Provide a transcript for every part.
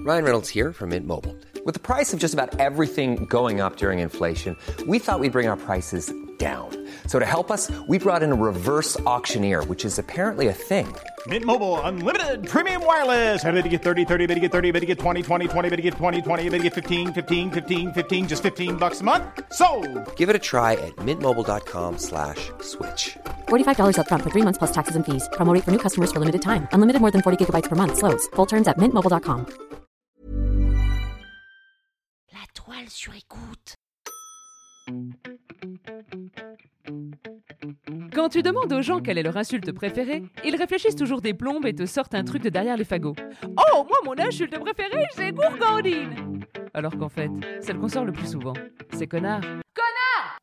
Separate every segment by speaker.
Speaker 1: Ryan Reynolds here from Mint Mobile. With the price of just about everything going up during inflation, we thought we'd bring our prices down. So to help us, we brought in a reverse auctioneer, which is apparently a thing.
Speaker 2: Mint Mobile Unlimited Premium Wireless. How to get 30, 30, bit to get 30, bit to get 20, 20, 20, bit to get 20, 20, bit to get 15, 15, 15, 15, just $15 a month? Sold!
Speaker 1: Give it a try at mintmobile.com/switch.
Speaker 3: $45 up front for 3 months plus taxes and fees. Promo rate for new customers for limited time. Unlimited more than 40 gigabytes per month. Slows full terms at mintmobile.com.
Speaker 4: La toile sur écoute.
Speaker 5: Quand tu demandes aux gens quelle est leur insulte préférée, ils réfléchissent toujours des plombes et te sortent un truc de derrière les fagots. Oh, moi, mon insulte préférée, c'est gourgandine. Alors qu'en fait, celle qu'on sort le plus souvent, c'est connard. Connard!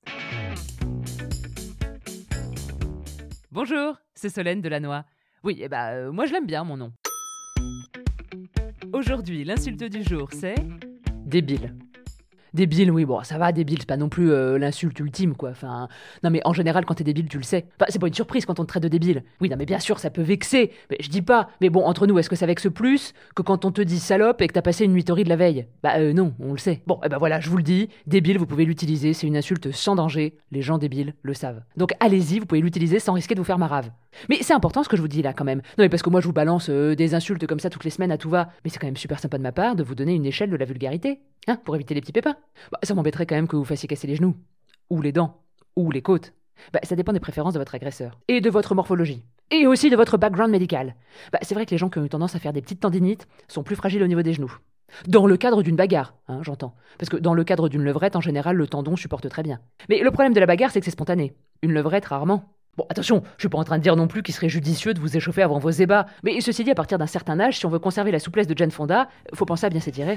Speaker 5: Bonjour, c'est Solène Delannoy. Oui, moi je l'aime bien, mon nom. Aujourd'hui, l'insulte du jour, c'est... débile. Débile, oui, bon, ça va, débile, c'est pas non plus l'insulte ultime, quoi. Enfin, non, mais en général, quand t'es débile, tu le sais. Enfin, c'est pas une surprise quand on te traite de débile. Oui, non, mais bien sûr, ça peut vexer. Mais je dis pas. Mais bon, entre nous, est-ce que ça vexe plus que quand on te dit salope et que t'as passé une nuit torride la veille? Non, on le sait. Bon, voilà, je vous le dis, débile, vous pouvez l'utiliser, c'est une insulte sans danger. Les gens débiles le savent. Donc allez-y, vous pouvez l'utiliser sans risquer de vous faire marave. Mais c'est important ce que je vous dis là, quand même. Non, mais parce que moi, je vous balance des insultes comme ça toutes les semaines à tout va. Mais c'est quand même super sympa de ma part de vous donner une échelle de la vulgarité. Hein, pour éviter les petits pépins. Ça m'embêterait quand même que vous fassiez casser les genoux, ou les dents, ou les côtes. Ça dépend des préférences de votre agresseur. Et de votre morphologie. Et aussi de votre background médical. C'est vrai que les gens qui ont eu tendance à faire des petites tendinites sont plus fragiles au niveau des genoux. Dans le cadre d'une bagarre, j'entends. Parce que dans le cadre d'une levrette, en général, le tendon supporte très bien. Mais le problème de la bagarre, c'est que c'est spontané. Une levrette, rarement. Bon, attention, je suis pas en train de dire non plus qu'il serait judicieux de vous échauffer avant vos ébats. Mais ceci dit, à partir d'un certain âge, si on veut conserver la souplesse de Jane Fonda, faut penser à bien s'étirer.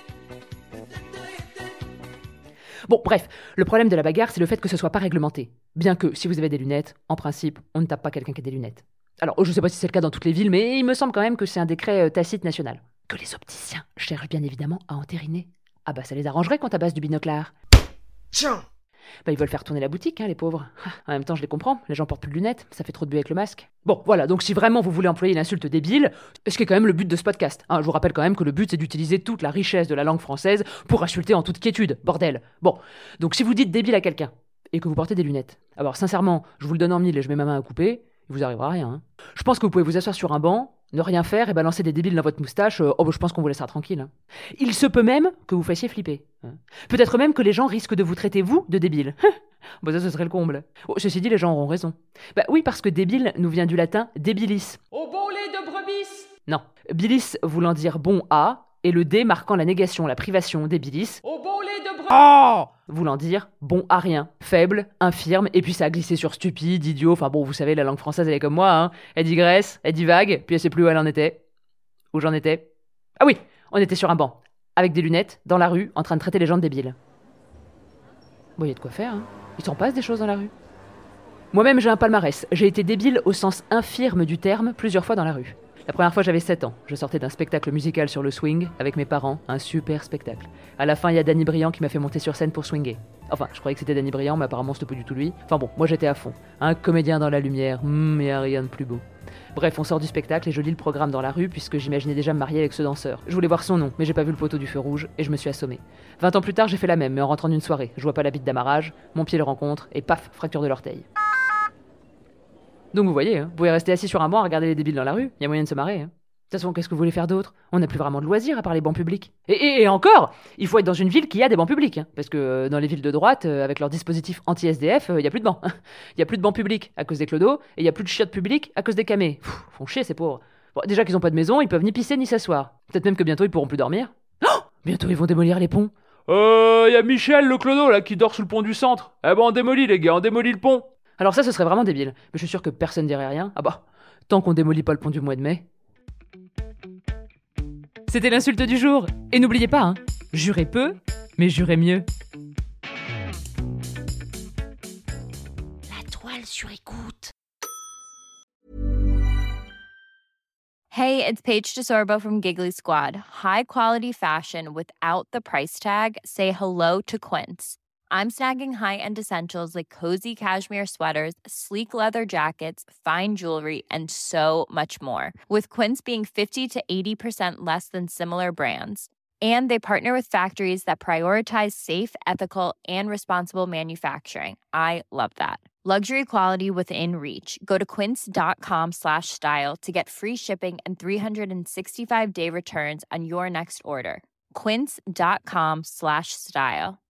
Speaker 5: Bon, bref, le problème de la bagarre, c'est le fait que ce soit pas réglementé. Bien que, si vous avez des lunettes, en principe, on ne tape pas quelqu'un qui a des lunettes. Alors, je sais pas si c'est le cas dans toutes les villes, mais il me semble quand même que c'est un décret tacite national. Que les opticiens cherchent bien évidemment à entériner. Ça les arrangerait qu'on tabasse du binoclard. Tiens! Ils veulent faire tourner la boutique, les pauvres. En même temps, je les comprends, les gens portent plus de lunettes, ça fait trop de buée avec le masque. Bon, voilà, donc si vraiment vous voulez employer l'insulte débile, ce qui est quand même le but de ce podcast. Je vous rappelle quand même que le but, c'est d'utiliser toute la richesse de la langue française pour insulter en toute quiétude, bordel. Bon, donc si vous dites débile à quelqu'un, et que vous portez des lunettes, alors sincèrement, je vous le donne en mille et je mets ma main à couper, il vous arrivera rien. Je pense que vous pouvez vous asseoir sur un banc, ne rien faire et balancer des débiles dans votre moustache, je pense qu'on vous laissera tranquille. Il se peut même que vous fassiez flipper. Peut-être même que les gens risquent de vous traiter, vous, de débile. Ça, ce serait le comble. Ceci dit, les gens auront raison. Oui, parce que débile nous vient du latin débilis. Au bon lait de brebis. Non, bilis voulant dire bon à, et le dé marquant la négation, la privation, débilis. Au bon lait de brebis. Voulant dire bon à rien, faible, infirme, et puis ça a glissé sur stupide, idiot, vous savez, la langue française, elle est comme moi, Elle digresse, elle divague, puis elle sait plus où elle en était. Où j'en étais. Ah oui, on était sur un banc, avec des lunettes, dans la rue, en train de traiter les gens de débiles. Il y a de quoi faire, Il s'en passe des choses dans la rue. Moi-même, j'ai un palmarès. J'ai été débile au sens infirme du terme plusieurs fois dans la rue. La première fois, j'avais 7 ans. Je sortais d'un spectacle musical sur le swing avec mes parents, un super spectacle. À la fin, il y a Danny Briand qui m'a fait monter sur scène pour swinger. Enfin, je croyais que c'était Danny Briand, mais apparemment, c'était pas du tout lui. Moi, j'étais à fond. Un comédien dans la lumière, y a rien de plus beau. Bref, on sort du spectacle et je lis le programme dans la rue puisque j'imaginais déjà me marier avec ce danseur. Je voulais voir son nom, mais j'ai pas vu le poteau du feu rouge et je me suis assommé. 20 ans plus tard, j'ai fait la même, mais en rentrant d'une soirée. Je vois pas la bite d'amarrage, mon pied le rencontre et paf, fracture de l'orteil. Donc vous voyez, vous pouvez rester assis sur un banc à regarder les débiles dans la rue, y a moyen de se marrer. De toute façon, qu'est-ce que vous voulez faire d'autre? On n'a plus vraiment de loisirs à part les bancs publics. Et encore, il faut être dans une ville qui a des bancs publics. Parce que dans les villes de droite, avec leur dispositif anti-SDF, il n'y a plus de bancs. Il n'y a plus de bancs publics à cause des clodos, et il n'y a plus de chiottes publiques à cause des camés. Font chier ces pauvres. Bon, déjà qu'ils n'ont pas de maison, ils peuvent ni pisser ni s'asseoir. Peut-être même que bientôt ils pourront plus dormir. Bientôt ils vont démolir les ponts.
Speaker 6: Y a Michel, le clodo, là, qui dort sous le pont du centre. On démolit, les gars, on démolit le pont.
Speaker 5: Alors ça, ce serait vraiment débile. Mais je suis sûr que personne dirait rien. Tant qu'on démolit pas le pont du mois de mai. C'était l'insulte du jour. Et n'oubliez pas, jurez peu, mais jurez mieux.
Speaker 4: La toile sur écoute.
Speaker 7: Hey, it's Paige DeSorbo from Giggly Squad. High quality fashion without the price tag. Say hello to Quince. I'm snagging high-end essentials like cozy cashmere sweaters, sleek leather jackets, fine jewelry, and so much more. With Quince being 50 to 80% less than similar brands. And they partner with factories that prioritize safe, ethical, and responsible manufacturing. I love that. Luxury quality within reach. Go to quince.com/style to get free shipping and 365-day returns on your next order. Quince.com/style.